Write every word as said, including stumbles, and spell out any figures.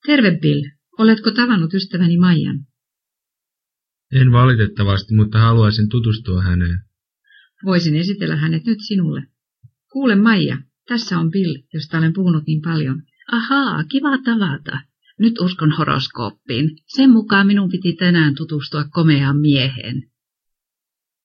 Terve Bill, oletko tavannut ystäväni Maijan? En valitettavasti, mutta haluaisin tutustua häneen. Voisin esitellä hänet nyt sinulle. Kuule Maija, tässä on Bill, josta olen puhunut niin paljon. Ahaa, kiva tavata. Nyt uskon horoskooppiin. Sen mukaan minun piti tänään tutustua komeaan mieheen.